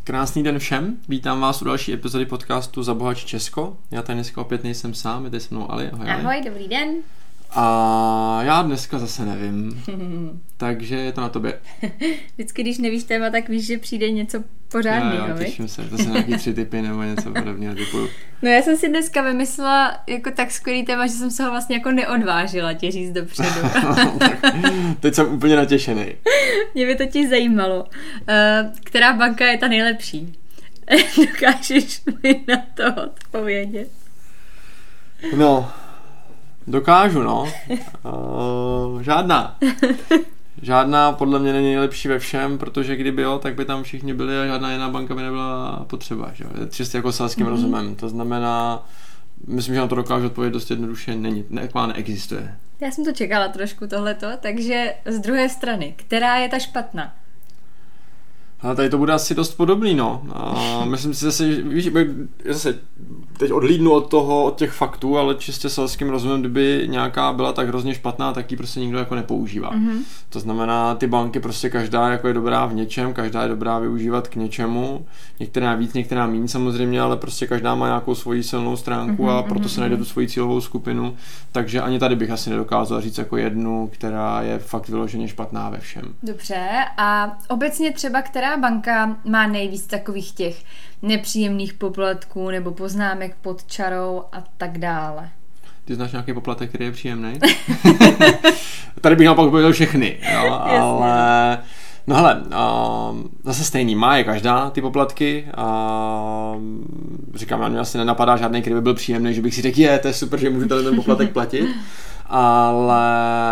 Krásný den všem, vítám vás u další epizody podcastu Zabohač Česko. Já tady dneska opět nejsem sám, je tady se mnou Ali. Ahoj, ahoj, dobrý den. A já dneska zase nevím, takže je to na tobě. Vždycky, když nevíš téma, tak víš, že přijde něco pořádného. Já těším se, zase nějaký 3 tipy nebo něco podobného typu. No já jsem si dneska vymyslela jako tak skvělý téma, že jsem se ho vlastně jako neodvážila tě říct dopředu. Teď jsem úplně natěšený. Mě by totiž zajímalo, která banka je ta nejlepší. Dokážeš mi na to odpovědět? No, dokážu, no. Žádná podle mě není nejlepší ve všem, protože kdyby jo, tak by tam všichni byli a žádná jiná banka by nebyla potřeba. Že? Čistě jako selským rozumem. To znamená, myslím, že na to dokážu odpovědět dost jednoduše, neexistuje. Já jsem to čekala trošku tohleto, takže z druhé strany, která je ta špatná? Ale tady to bude asi dost podobný, no. A myslím si zase teď odhlídnu od těch faktů, ale čistě selským rozumem, kdyby nějaká byla tak hrozně špatná, tak ji prostě nikdo jako nepoužívá. Mm-hmm. To znamená, ty banky prostě každá jako je dobrá v něčem, každá je dobrá využívat k něčemu, některá víc, některá méně samozřejmě, ale prostě každá má nějakou svoji silnou stránku a proto se najde tu svoji cílovou skupinu, takže ani tady bych asi nedokázal říct jako jednu, která je fakt vyloženě špatná ve všem. Dobře, a obecně třeba která banka má nejvíc takových těch nepříjemných poplatků nebo poznámek pod čarou a tak dále? Ty znáš nějaký poplatek, který je příjemný? Tady bych naopak povedal všechny, jo, ale no hele, zase stejný, má je každá ty poplatky a říkám, mě asi nenapadá žádný, který by byl příjemný, že bych si řekl, to je super, že můžu ten poplatek platit, ale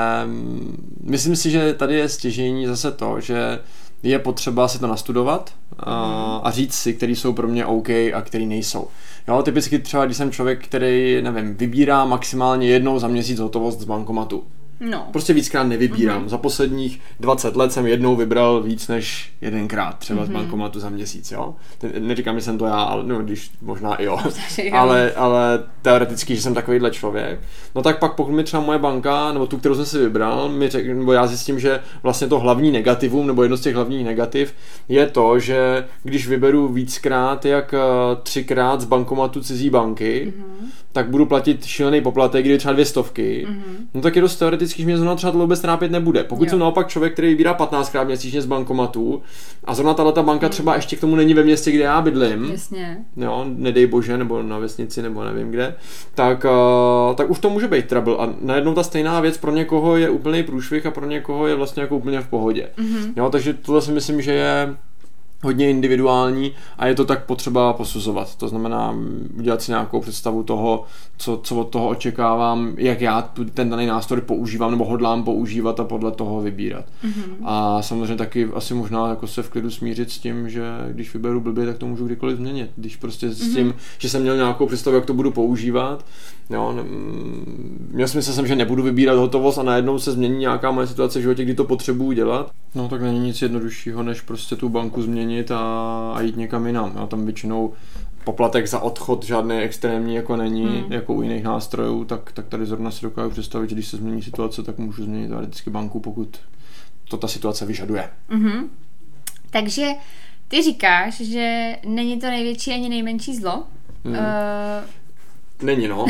myslím si, že tady je stěžejní zase to, že je potřeba si to nastudovat a říct si, který jsou pro mě OK a který nejsou. Jo, typicky třeba, když jsem člověk, který, nevím, vybírá maximálně jednou za měsíc hotovost z bankomatu. No. Prostě víckrát nevybírám. Za posledních 20 let jsem jednou vybral víc než jedenkrát třeba z bankomatu za měsíc, jo. Neříkám, že jsem to já, ale no, když možná i jo. ale teoreticky, že jsem takovýhle člověk. No tak pak pokud mi třeba moje banka, nebo tu, kterou jsem si vybral, nebo já zjistím, že vlastně to hlavní negativum, nebo jedno z těch hlavních negativ je to, že když vyberu víckrát jak 3krát z bankomatu cizí banky, tak budu platit šílený poplatek, kdy třeba 200. No tak je dost teoreticky, že mě zrovna třeba to vůbec trápit nebude. Pokud jsem naopak člověk, který vybírá 15krát měsíčně z bankomatu a zrovna tato banka třeba ještě k tomu není ve městě, kde já bydlím. Jasně. Jo, nedej bože, nebo na vesnici, nebo nevím kde, tak už to může být trouble. A najednou ta stejná věc pro někoho je úplný průšvih a pro někoho je vlastně jako úplně v pohodě. Jo, takže tohle si myslím, že je hodně individuální a je to tak potřeba posuzovat. To znamená udělat si nějakou představu toho, co od toho očekávám, jak já ten daný nástroj používám nebo hodlám používat a podle toho vybírat. A samozřejmě taky asi možná jako se v klidu smířit s tím, že když vyberu blbě, tak to můžu kdykoliv změnit. Když prostě s tím, že jsem měl nějakou představu, jak to budu používat, jo, měl smysl, že nebudu vybírat hotovost a najednou se změní nějaká moje situace v životě, kdy to potřebuju dělat. No tak není nic jednoduššího, než prostě tu banku změnit a jít někam jinam. Jo, tam většinou poplatek za odchod žádný extrémní jako není, jako u jiných nástrojů, tak tady zrovna si dokážu představit, že když se změní situace, tak můžu změnit teoreticky banku, pokud to ta situace vyžaduje. Takže ty říkáš, že není to největší ani nejmenší zlo? Není, no.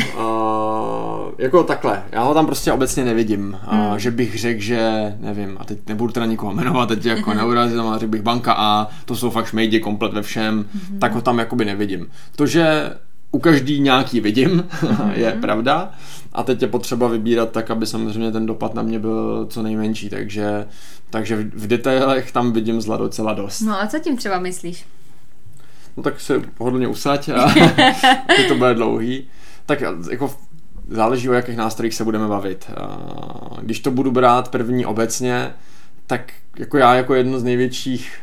Jako takhle, já ho tam prostě obecně nevidím, že bych řekl, že nevím, a teď nebudu teda nikoho jmenovat, teď jako neurazit, ale řekl bych banka A, to jsou fakt šmejdi komplet ve všem, tak ho tam jakoby nevidím. To, že u každý nějaký vidím, je pravda, a teď je potřeba vybírat tak, aby samozřejmě ten dopad na mě byl co nejmenší, takže v detailech tam vidím zla docela dost. No a co tím třeba myslíš? No tak se pohodlně usaď a teď to bude dlouhý. Tak jako záleží, o jakých nástrojích se budeme bavit. Když to budu brát první obecně, tak jako já jako jedno z největších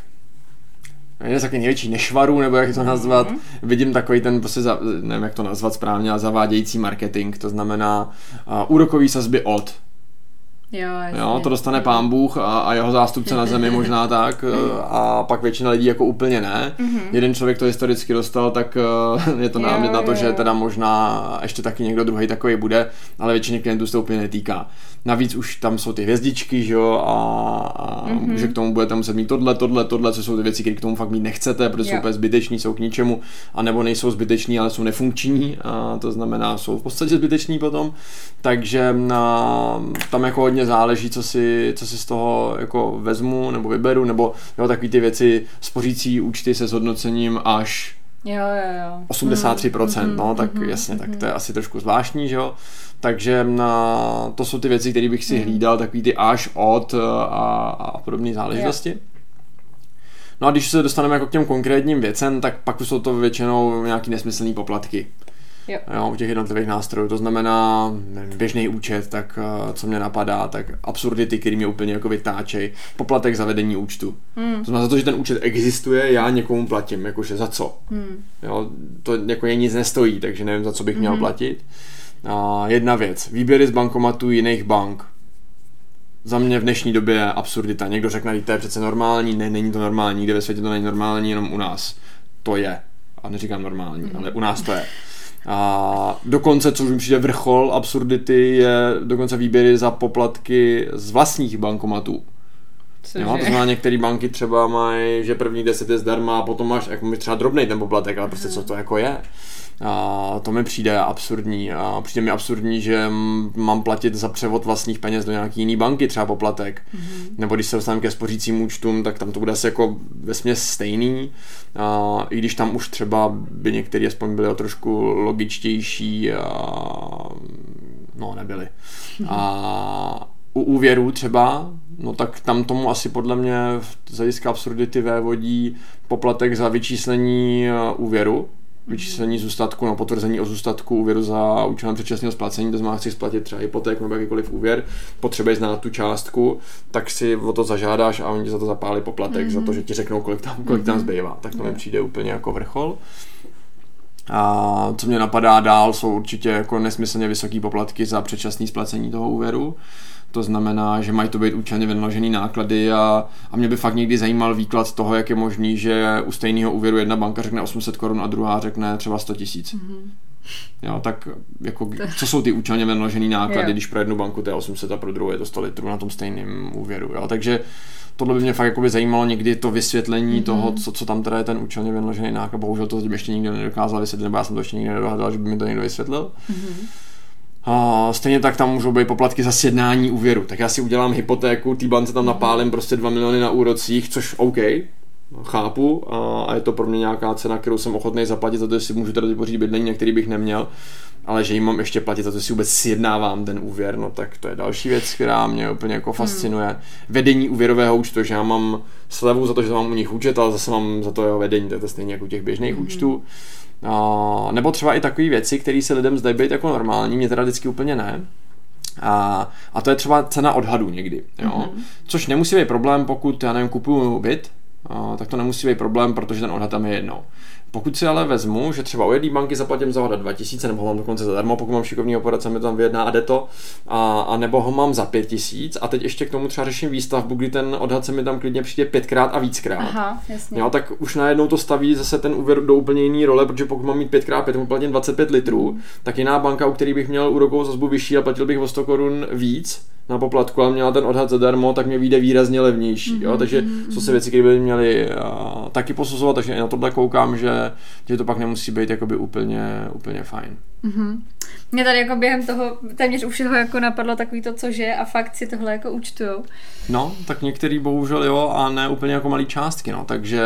nešvarů, nebo jak to nazvat, vidím takový ten, prostě nevím, jak to nazvat správně, ale zavádějící marketing, to znamená úrokový sazby od. Jo, to dostane pán Bůh a jeho zástupce na zemi možná tak a pak většina lidí jako úplně ne. Jeden člověk to historicky dostal, tak je to námět na to, že teda možná ještě taky někdo druhý takový bude, ale většině klientů se to úplně netýká. Navíc už tam jsou ty hvězdičky, že jo, a že k tomu budete muset mít tohle, co jsou ty věci, které k tomu fakt mít nechcete, protože jsou úplně zbyteční, jsou k ničemu, anebo nejsou zbyteční, ale jsou nefunkční, a to znamená, jsou v podstatě zbyteční potom, takže tam jako hodně záleží, co si z toho jako vezmu, nebo vyberu, nebo jo, takový ty věci, spořící účty se zhodnocením až 83%, no, tak jasně, tak to je asi trošku zvláštní, že jo. Takže to jsou ty věci, které bych si hlídal, takový ty až, od a podobné záležitosti. No a když se dostaneme jako k těm konkrétním věcem, tak pak už jsou to většinou nějaký nesmyslný poplatky. Jo, u těch jednotlivých nástrojů, to znamená běžný účet, tak co mě napadá, tak absurdity, který mě úplně jako vytáčej, poplatek za vedení účtu. To znamená za to, že ten účet existuje, já někomu platím, jakože za co. Jo, to jako nic nestojí, takže nevím, za co bych měl platit. Jedna věc, výběry z bankomatů jiných bank. Za mě v dnešní době je absurdita. Někdo řekne, že to je přece normální, ne, není to normální, nikde ve světě to není normální, jenom u nás. To je. A neříkám normální, ale u nás to je. A dokonce, co už mi přijde vrchol absurdity, je dokonce výběry za poplatky z vlastních bankomatů. Jo, to znamená, některé banky třeba mají, že první 10 je zdarma a potom máš jako třeba drobnej ten poplatek, ale prostě co to jako je. A to mi přijde absurdní. A přijde mi absurdní, že mám platit za převod vlastních peněz do nějaký jiný banky, třeba poplatek. Nebo když se dostanu ke spořícím účtům, tak tam to bude asi jako vesměs stejný. I když tam už třeba by některý aspoň byly o trošku logičtější, no nebyly. A u úvěrů třeba, no tak tam tomu asi podle mě z hlediska absurdity vévodí poplatek za vyčíslení úvěru, vyčíslení zůstatku, no potvrzení o zůstatku úvěru za účelem předčasného splacení, to znamená, chci splatit třeba hypotéku nebo jakýkoliv úvěr, potřebuješ znát tu částku, tak si o to zažádáš a oni ti za to zapálí poplatek, za to, že ti řeknou, kolik tam zbývá. Tak to mi přijde úplně jako vrchol. A co mě napadá dál, jsou určitě jako nesmyslně vysoký poplatky za předčasné splacení toho úvěru. To znamená, že mají to být účelně vynaložený náklady a mě by fakt někdy zajímal výklad toho, jak je možný, že u stejného úvěru jedna banka řekne 800 korun a druhá řekne třeba 100 000. Jo, tak jako, co jsou ty účelně vynaložený náklady, když pro jednu banku to je 800 a pro druhou je to 100 litrů na tom stejném úvěru. Jo? Takže tohle by mě fakt jakoby zajímalo někdy to vysvětlení toho, co tam teda je ten účelně vynaložený náklad. Bohužel to ještě nikdo nedokázal vysvětlit, nebo já jsem to ještě nikdy nedohledal, že by mi to někdo vysvětlil. Stejně tak tam můžou být poplatky za sjednání úvěru. Tak já si udělám hypotéku, té bance tam napálím prostě 2 miliony na úrocích, což OK, chápu a je to pro mě nějaká cena, kterou jsem ochotný zaplatit za to, že si můžu teda vypořít bydlení, na který bych neměl, ale že jim mám ještě platit za to, že si vůbec sjednávám ten úvěr, no tak to je další věc, která mě úplně jako fascinuje. Vedení úvěrového účtu, že já mám slevu za to, že mám u nich účet, ale zase mám za to jeho vedení, to je to stejně jako u těch běžných účtů. Nebo třeba i takové věci, které se lidem zdají být jako normální, mě teda vždycky úplně ne. A to je třeba cena odhadu někdy. Jo? Což nemusí být problém, pokud, já nevím, kupuju byt, tak to nemusí být problém, protože ten odhad tam je jednou. Pokud si ale vezmu, že třeba u jedné banky zaplatím za odhad 2000, nebo ho mám dokonce zadarmo, pokud mám šikovného poradce, mi to tam vyjedná a jde to, a nebo ho mám za 5000 a teď ještě k tomu třeba řeším výstavbu, kdy ten odhad se mi tam klidně přijde 5krát a víckrát. Aha, jasně. Jo, tak už najednou to staví zase ten úvěr do úplně jiný role, protože pokud mám mít 5x5, mu platím 25 litrů, tak jiná banka, u který bych měl úrokovou sazbu vyšší a platil bych o 100 korun víc na poplatku, ale měla ten odhad zadarmo, tak mě vyjde výrazně levnější. Jo? Takže jsou se věci, které by měly taky posuzovat, takže na tohle koukám, že to pak nemusí být jakoby úplně fajn. Mě tady jako během toho téměř u všeho jako napadlo takový to, cože a fakt si tohle jako účtujou. No, tak některý bohužel jo a ne úplně jako malý částky, no, takže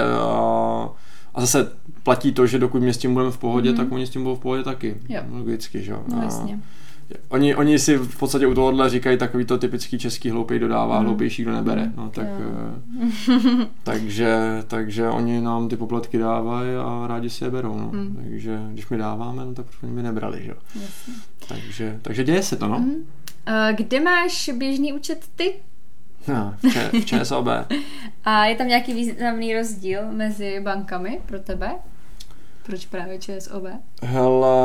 a zase platí to, že dokud mě s tím budeme v pohodě, tak oni s tím budou v pohodě taky. Jo. Logicky, že jo. No, jasně. Oni si v podstatě u tohohle říkají takový to typický český hloupej dodává, hloupější kdo nebere. No, tak, takže oni nám ty poplatky dávají a rádi si je berou. No. Takže když my dáváme, no, tak oni by nebrali. Že? Takže děje se to. No. Kde máš běžný účet ty? No, v ČSOB. A je tam nějaký významný rozdíl mezi bankami pro tebe? Proč právě ČSOB? Hele,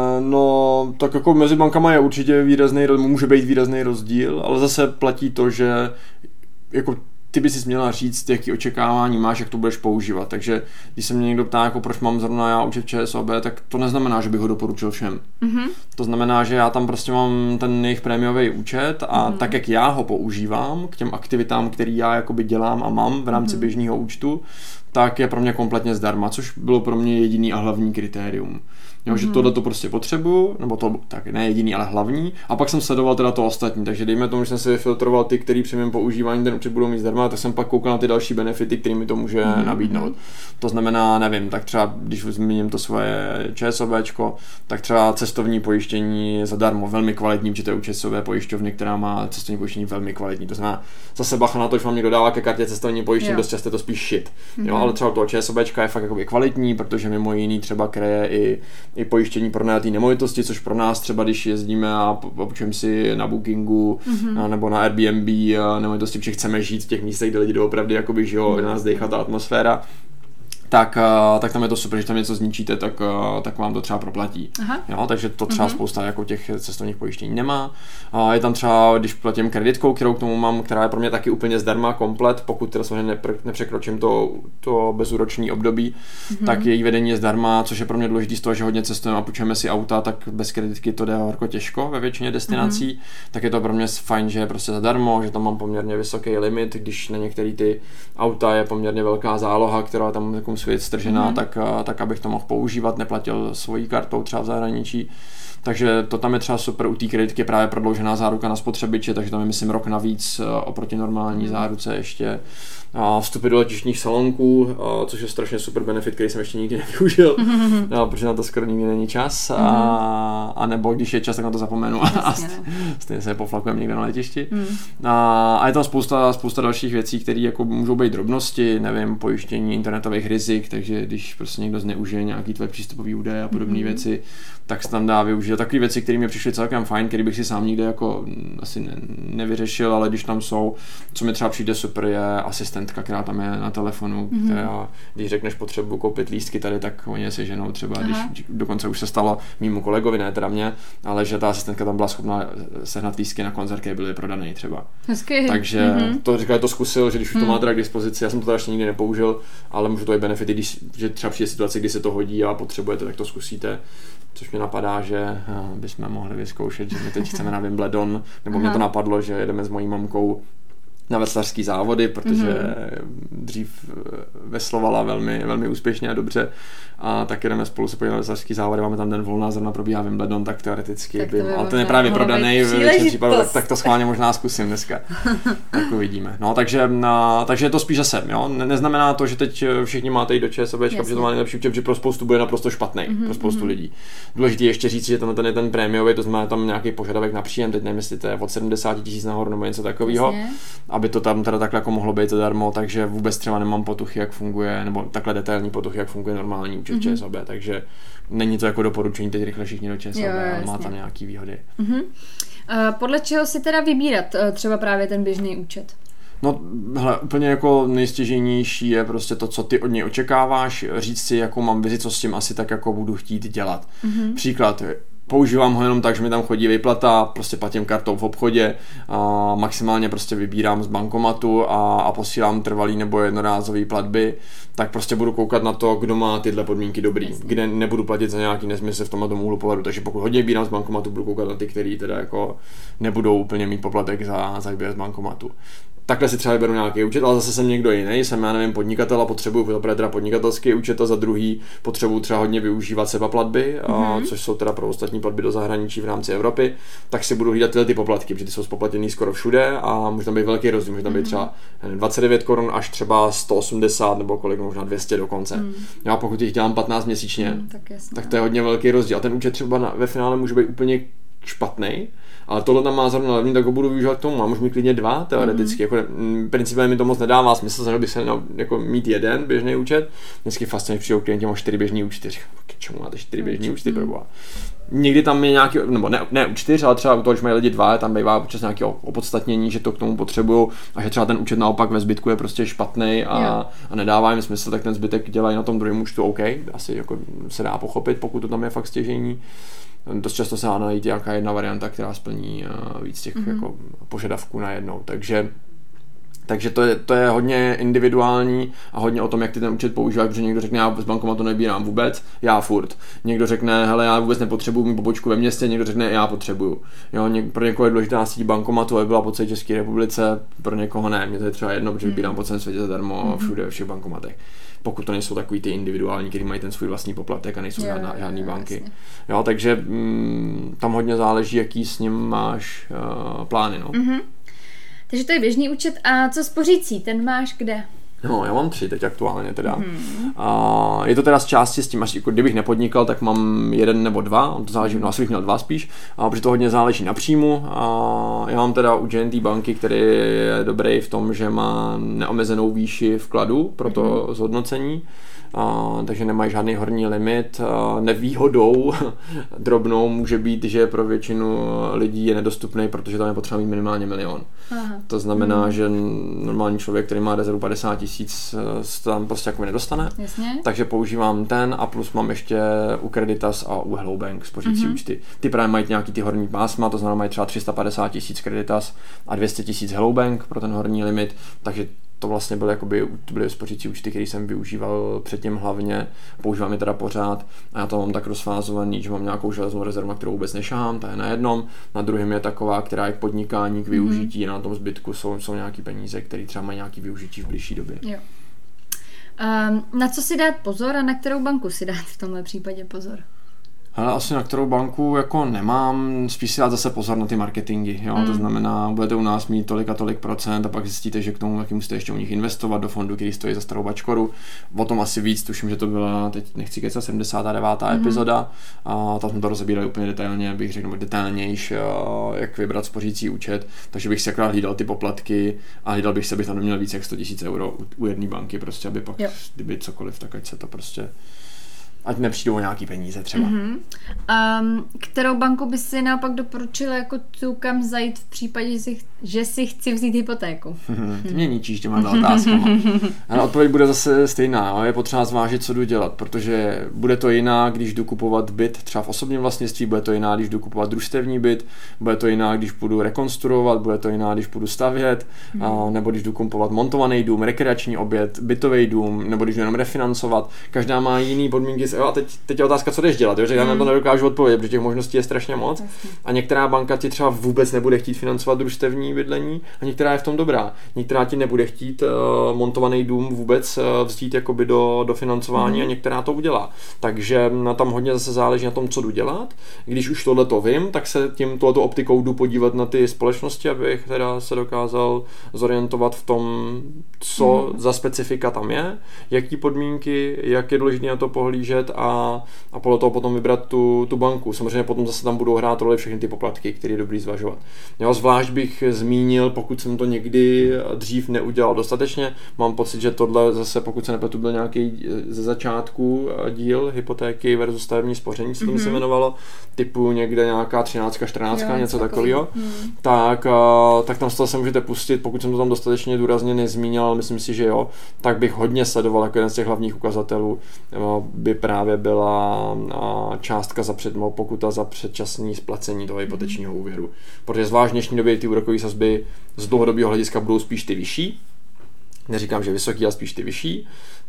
no, tak jako mezi bankama je určitě může být výrazný rozdíl, ale zase platí to, že jako ty bys si měla říct, jaký očekávání máš, jak to budeš používat. Takže když se mě někdo ptá, jako proč mám zrovna já účet ČSOB, tak to neznamená, že bych ho doporučil všem. Mm-hmm. To znamená, že já tam prostě mám ten jejich prémiový účet a tak, jak já ho používám k těm aktivitám, který já jakoby dělám a mám v rámci běžného účtu, tak je pro mě kompletně zdarma, což bylo pro mě jediný a hlavní kritérium. Jo, že tohle to prostě potřebuju, nebo to tak ne jediný, ale hlavní. A pak jsem sledoval teda to ostatní, takže dejme tomu, že jsem si vyfiltroval ty, který při mém používání ten účet budou mít zdarma, tak jsem pak koukal na ty další benefity, který mi to může nabídnout. To znamená, nevím, tak třeba, když zmíním to svoje ČSOBčko, tak třeba cestovní pojištění zadarmo, velmi kvalitní, protože to je ČSOB pojišťovny, která má cestovní pojištění velmi kvalitní. To znamená, zase bacha na to, že vám někdo dává ke kartě cestovní pojištění, dost často je to spíš shit. Jo, ale třeba toho ČSOBčka je fakt jakoby kvalitní, protože mimo jiný třeba kryje i pojištění pro najatý nemovitosti, což pro nás třeba, když jezdíme a počujeme si na Bookingu nebo na Airbnb nemovitosti, protože chceme žít v těch místech, kde lidi doopravdy jakoby žijou, nás dejchá ta atmosféra, tak tam je to super, že tam něco zničíte, tak vám to třeba proplatí. Jo, takže to třeba spousta jako těch cestovních pojištění nemá. A je tam třeba, když platím kreditkou, kterou k tomu mám, která je pro mě taky úplně zdarma komplet, pokud teda samozřejmě nepřekročím to bezúroční období, tak její vedení je zdarma, což je pro mě důležité z toho, že hodně cestujeme a půjčujeme si auta, tak bez kreditky to jde horko těžko ve většině destinací, tak je to pro mě fajn, že je prostě zadarmo, že tam mám poměrně vysoký limit, když na některé ty auta je poměrně velká záloha, která tam jako svět stržená, tak abych to mohl používat, neplatil svojí kartou třeba v zahraničí. Takže to tam je třeba super, u té kreditky právě prodloužená záruka na spotřebiče, takže tam je myslím rok navíc oproti normální záruce ještě. Vstupy do letištních salonků, což je strašně super benefit, který jsem ještě nikdy nevyužil, protože na to skoro nikdy není čas, a nebo když je čas, tak na to zapomenu a stejně se poflakujeme někde na letišti. A je tam spousta dalších věcí, které jako můžou být drobnosti, nevím, pojištění internetových rizik, takže když prostě někdo zneužije nějaký tvoje přístupový údaje a podobné věci, tak se tam dá využít. Takové věci, které mi přišly celkem fajn, které bych si sám nikde jako asi nevyřešil, ale když tam jsou, co mi třeba přijde super, je asistentka, která tam je na telefonu, která, když řekneš potřebu koupit lístky tady, tak oni je seženou třeba, když dokonce už se stalo mýmu kolegovi, ne teda mě, ale že ta asistentka tam byla schopná sehnat lístky na koncert, které byly prodané třeba. Hezky. Takže to říkal, to zkusil, že když už to má teda k dispozici, já jsem to teda ještě nikdy nepoužil, ale můžu to i benefity, že třeba přijde situace, kdy se to hodí a potřebujete, tak to zkusíte. Což mě napadá, že bychom mohli vyzkoušet, že my teď chceme na Wimbledon, nebo mě to napadlo, že jedeme s mojí mamkou na veslařský závody, protože dřív veslovala velmi, velmi úspěšně a dobře, a tak jdeme spolu se podívat na veslařský závody, máme tam den volná, zrovna probíhá Wimbledon, tak teoreticky tak ale ten je právě prodaný v většině případů, tak to schválně možná zkusím dneska. Tak uvidíme. No, takže je to spíš zase, jo. Neznamená to, že teď všichni máte jít do ČSOBčka, protože to má nejlepší účet, že pro spoustu bude naprosto špatný, pro spoustu lidí. Důležité je ještě říct, že ten je ten prémiový, to znamená tam nějaký požadavek na příjem, teď nevím, jestli to je od 70 000 nahoru nebo něco takového, aby to tam teda takhle jako mohlo být zadarmo, takže vůbec třeba nemám potuchy, jak funguje, nebo takhle detailní potuchy, jak funguje normální účet ČSOB, takže není to jako doporučení teď rychle všichni do ČSOB, ale má tam nějaký výhody. Podle čeho si teda vybírat třeba právě ten běžný účet? No, hele, úplně jako nejstěžejnější je prostě to, co ty od něj očekáváš, říct si, jakou mám vizi, co s tím asi tak jako budu chtít dělat. Příklad, používám ho jenom tak, že mi tam chodí výplata, prostě platím kartou v obchodě, a maximálně prostě vybírám z bankomatu a posílám trvalý nebo jednorázový platby, tak prostě budu koukat na to, kdo má tyhle podmínky dobrý, kde nebudu platit za nějaký nesmysl v tomhle úhlu pohledu, takže pokud hodně vybírám z bankomatu, budu koukat na ty, který teda jako nebudou úplně mít poplatek za výběr z bankomatu. Takhle si třeba vyberu nějaký účet, ale zase jsem někdo jiný, jsem já nevím podnikatel a potřebuju teda podnikatelský účet a za druhý potřebuju třeba hodně využívat SEPA platby, což jsou teda pro ostatní platby do zahraničí v rámci Evropy, tak si budu hlídat tyhle ty poplatky, protože ty jsou spoplatněný skoro všude a může tam být velký rozdíl, může tam být třeba 29 korun až třeba 180 nebo kolik, možná 200 dokonce. Já pokud jich dělám 15 měsíčně, tak to je hodně velký rozdíl. A ten účet třeba ve finále může být úplně špatný, ale tohle tam má zrovna levný, tak ho budu využívat k tomu. Mám už mít klidně dva teoreticky. Jako, principem mi to moc nedává smysl, snažil bych se jako mít jeden běžný účet. Vždycky fascinuje, přijdou klienti, mám 4 běžný účty. Říkám, k čemu máte 4 běžný účty, proboha. Někdy tam je nějaký, nebo ne u 4, ale třeba u toho, když mají lidi 2, tam bývá občas nějaké opodstatnění, že to k tomu potřebují a že třeba ten účet naopak ve zbytku je prostě špatný a nedává jim smysl, tak ten zbytek dělají na tom druhém účtu OK, asi jako se dá pochopit, pokud to tam je fakt stěžejní. Dost často se dá najít nějaká jedna varianta, která splní víc těch jako požadavků najednou, takže to je hodně individuální a hodně o tom, jak ty ten účet používáš, protože někdo řekne, já z bankomatu nebírám vůbec, já furt. Někdo řekne, hele, já vůbec nepotřebuju mít pobočku ve městě, někdo řekne, já potřebuju. Jo, pro někoho je důležitá síť bankomatu, aby byla po celé České republice, pro někoho ne, mě to je třeba jedno, protože vybírám po celém světě zadarmo všude, ve všech bankomatech. Pokud to nejsou takový ty individuální, který mají ten svůj vlastní poplatek a nejsou žádný banky. Jasně. Jo, takže tam hodně záleží, jaký s ním máš plány. No. Takže to je běžný účet. A co spořící? Ten máš kde? No, já mám 3 teď aktuálně teda. Je to teda z části s tím, až jako kdybych nepodnikal, tak mám 1 nebo 2, to záleží, no asi bych měl 2 spíš, protože to hodně záleží na příjmu. Já mám teda u GNT banky, který je dobrý v tom, že má neomezenou výši vkladu pro to zhodnocení. Takže nemají žádný horní limit. Nevýhodou drobnou může být, že pro většinu lidí je nedostupný, protože tam je potřeba mít minimálně 1 milion. To znamená, že normální člověk, který má rezervu 50 000, tam prostě jako nedostane. Jasně. Takže používám ten a plus mám ještě u Creditas a u Hello Bank spořící účty. Ty právě mají nějaký ty horní pásma, to znamená mají třeba 350 000 Creditas a 200 000 Hello Bank pro ten horní limit, takže to vlastně byly spořící účty, které jsem využíval předtím hlavně, používám je teda pořád a já to mám tak rozfázovaný, že mám nějakou železnou rezervu, kterou vůbec nešahám, ta je na jednom, na druhém je taková, která je k podnikání, k využití, a na tom zbytku jsou nějaký peníze, které třeba mají nějaký využití v bližší době. Jo. Na co si dát pozor a na kterou banku si dát v tomhle případě pozor? Ale asi na kterou banku jako nemám, spíš si dát zase pozor na ty marketingy, jo? To znamená, budete u nás mít tolik a tolik procent a pak zjistíte, že k tomu taky musíte ještě u nich investovat do fondu, který stojí za starou bačkoru. O tom asi víc, tuším, že to byla, teď nechci kecat, 79. epizoda a tam jsme to rozebírali úplně detailně, bych řekl, detailnější, jak vybrat spořící účet, takže bych si akorát hlídal ty poplatky a hlídal bych se, abych tam neměl víc jak 100 000 euro u jedné banky, prostě, aby pak, kdyby cokoliv, tak ať se to prostě ať nepřijdou nějaký peníze třeba. Kterou banku by si naopak doporučil jako tu, kam zajít v případě, že si chci vzít hypotéku? Ty mě ničíš těma otázkama. Ale odpověď bude zase stejná. Je potřeba zvážit, co jdu dělat, protože bude to jiná, když jdu kupovat byt třeba v osobním vlastnictví, bude to jiná, když jdu kupovat družstevní byt, bude to jiná, když půjdu rekonstruovat, bude to jiná, když půjdu stavět, nebo když jdu kupovat montovaný dům, rekreační objekt, bytový dům, nebo když jdu jenom refinancovat. Každá má jiný podmínky. A teď je otázka, co jdeš dělat, jo? Že já na to nedokážu odpovědět, protože těch možností je strašně moc. A některá banka ti třeba vůbec nebude chtít financovat družstevní bydlení a některá je v tom dobrá. Některá ti nebude chtít montovaný dům vůbec vzít jakoby do financování a některá to udělá. Takže tam hodně zase záleží na tom, co jdu dělat. Když už tohleto vím, tak se tohleto optikou jdu podívat na ty společnosti, abych teda se dokázal zorientovat v tom, co za specifika tam je, jaký podmínky, jak je důležité na to pohlížet a podle toho potom vybrat tu banku. Samozřejmě potom zase tam budou hrát roli všechny ty poplatky, které je dobrý zvažovat. Jo, zvlášť bych zmínil, pokud jsem to někdy dřív neudělal dostatečně, mám pocit, že tohle zase, pokud se nepletu, byl nějaký ze začátku díl hypotéky versus stavební spoření, se to myslím jmenovalo, typu někde nějaká 13, 14, něco takového. Tak tam z toho se můžete pustit, pokud jsem to tam dostatečně důrazně nezmínil, ale myslím si, že jo, tak bych hodně sledoval jako jeden z těch hlavních ukazatelů by právě byla částka pokuta za předčasné splacení toho hypotečního úvěru. Protože zvlášť v dnešní době ty úrokové sazby z dlouhodobého hlediska budou spíš ty vyšší. Neříkám, že vysoký, ale spíš ty vyšší.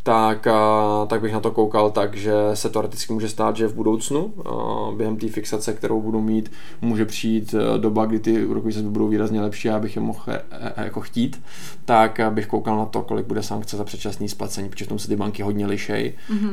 Tak bych na to koukal tak, že se teoreticky může stát, že v budoucnu během té fixace, kterou budu mít, může přijít doba, kdy ty úrokové sazby budou výrazně lepší a abych je mohl jako chtít, tak bych koukal na to, kolik bude sankce za předčasné splacení, protože v tom se ty banky hodně lišej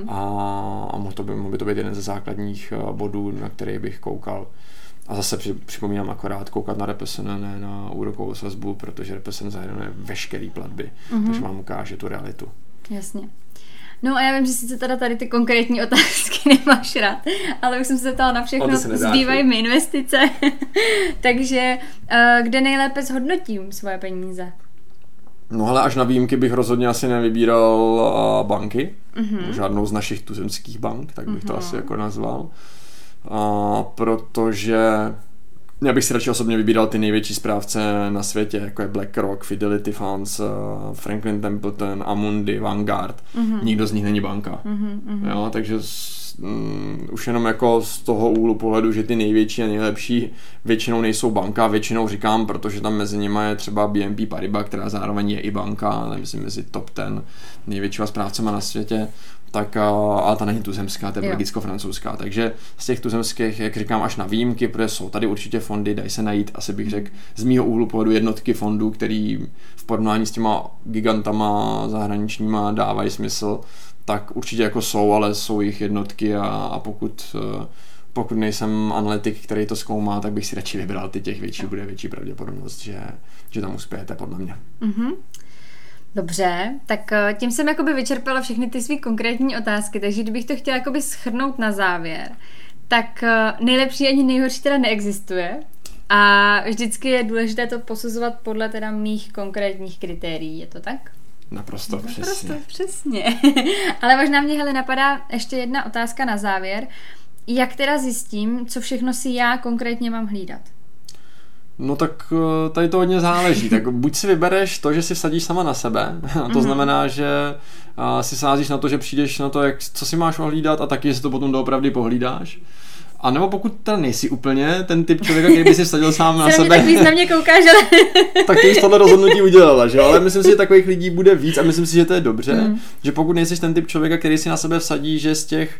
a mohl by to být jeden ze základních bodů, na který bych koukal. A zase připomínám akorát koukat na RPSN, ne na úrokovou sazbu, protože RPSN zahrnuje veškerý platby, takže vám ukáže tu realitu. Jasně. No a já vím, že sice teda tady ty konkrétní otázky nemáš rád, ale už jsem se ptala na všechno, zbývají mi investice. Takže kde nejlépe zhodnotím svoje peníze? No ale až na výjimky bych rozhodně asi nevybíral banky, žádnou z našich tuzemských bank, tak bych to asi jako nazval. protože já bych si radši osobně vybíral ty největší správce na světě, jako je BlackRock, Fidelity Funds, Franklin Templeton, Amundi, Vanguard. Nikdo z nich není banka. Jo, takže už jenom jako z toho úhlu pohledu, že ty největší a nejlepší většinou nejsou banka, většinou říkám, protože tam mezi nimi je třeba BNP Paribas, která zároveň je i banka, ale myslím mezi top 10 největšíma správcema na světě, tak ale ta není tuzemská, to je belgicko-francouzská, takže z těch tuzemských, jak říkám, až na výjimky, protože jsou tady určitě fondy, dají se najít, asi bych řekl, z mýho úhlu pohledu jednotky fondů, který v porovnání s těma gigantama zahraničníma dávají smysl, tak určitě jako jsou, ale jsou jich jednotky a pokud nejsem analytik, který to zkoumá, tak bych si radši vybral ty těch větší, bude větší pravděpodobnost, že tam uspějete podle mě. Dobře, tak tím jsem jakoby vyčerpala všechny ty svý konkrétní otázky, takže kdybych to chtěla jakoby shrnout na závěr, tak nejlepší ani nejhorší teda neexistuje a vždycky je důležité to posuzovat podle teda mých konkrétních kritérií, je to tak? Naprosto přesně. Ale možná mě napadá ještě jedna otázka na závěr. Jak teda zjistím, co všechno si já konkrétně mám hlídat? No tak tady to hodně záleží. Tak buď si vybereš to, že si vsadíš sama na sebe, to znamená, že si sázíš na to, že přijdeš na to, co si máš ohlídat a taky si to potom doopravdy pohlídáš. A nebo pokud teda nejsi úplně ten typ člověka, který by si vsadil sám na sebe. Tak významně koukáš, ale... tak ty jsi tohle rozhodnutí udělala, že? Ale myslím si, že takových lidí bude víc a myslím si, že to je dobře, že pokud nejsi ten typ člověka, který si na sebe vsadí, že z těch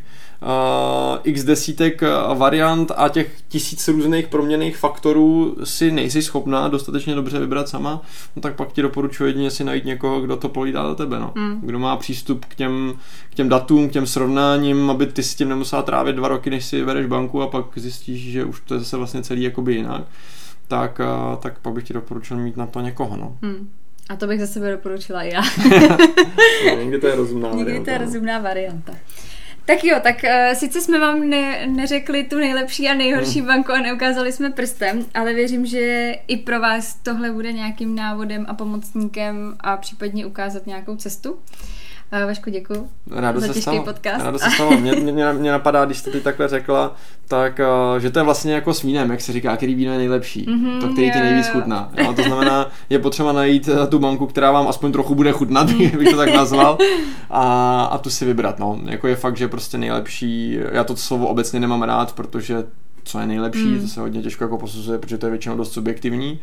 x desítek variant a těch 1000 různých proměnných faktorů si nejsi schopná dostatečně dobře vybrat sama, no tak pak ti doporučuji jedině si najít někoho, kdo to pohlídá do tebe, no. Kdo má přístup k těm datům, k těm srovnáním, aby ty si tím nemusela trávit 2 roky, než si vybereš banku a pak zjistíš, že už to je zase vlastně celý jakoby jinak, tak pak bych ti doporučil mít na to někoho, no. A to bych za sebe doporučila i já. Někdy to je rozumná varianta. Tak jo, tak sice jsme vám neřekli tu nejlepší a nejhorší banku a neukázali jsme prstem, ale věřím, že i pro vás tohle bude nějakým návodem a pomocníkem a případně ukázat nějakou cestu. Vašku, děkuju za těžký podcast. Rádo se stalo. Mě napadá, když jste ty takhle řekla, tak že to je vlastně jako s vínem, jak se říká, který víno je nejlepší, to, který ti nejvíc chutná. Jo, to znamená, je potřeba najít tu banku, která vám aspoň trochu bude chutnat, bych to tak nazval, a tu si vybrat. No. Jako je fakt, že prostě nejlepší, já to slovo obecně nemám rád, protože co je nejlepší, to se hodně těžko jako posuzuje, protože to je většinou dost subjektivní,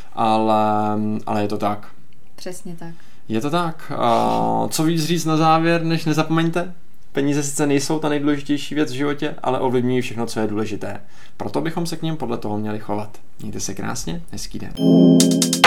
ale je to tak. Přesně tak. Je to tak. Co víc říct na závěr, než nezapomeňte? Peníze sice nejsou ta nejdůležitější věc v životě, ale ovlivňují všechno, co je důležité. Proto bychom se k nim podle toho měli chovat. Mějte se krásně, hezký den.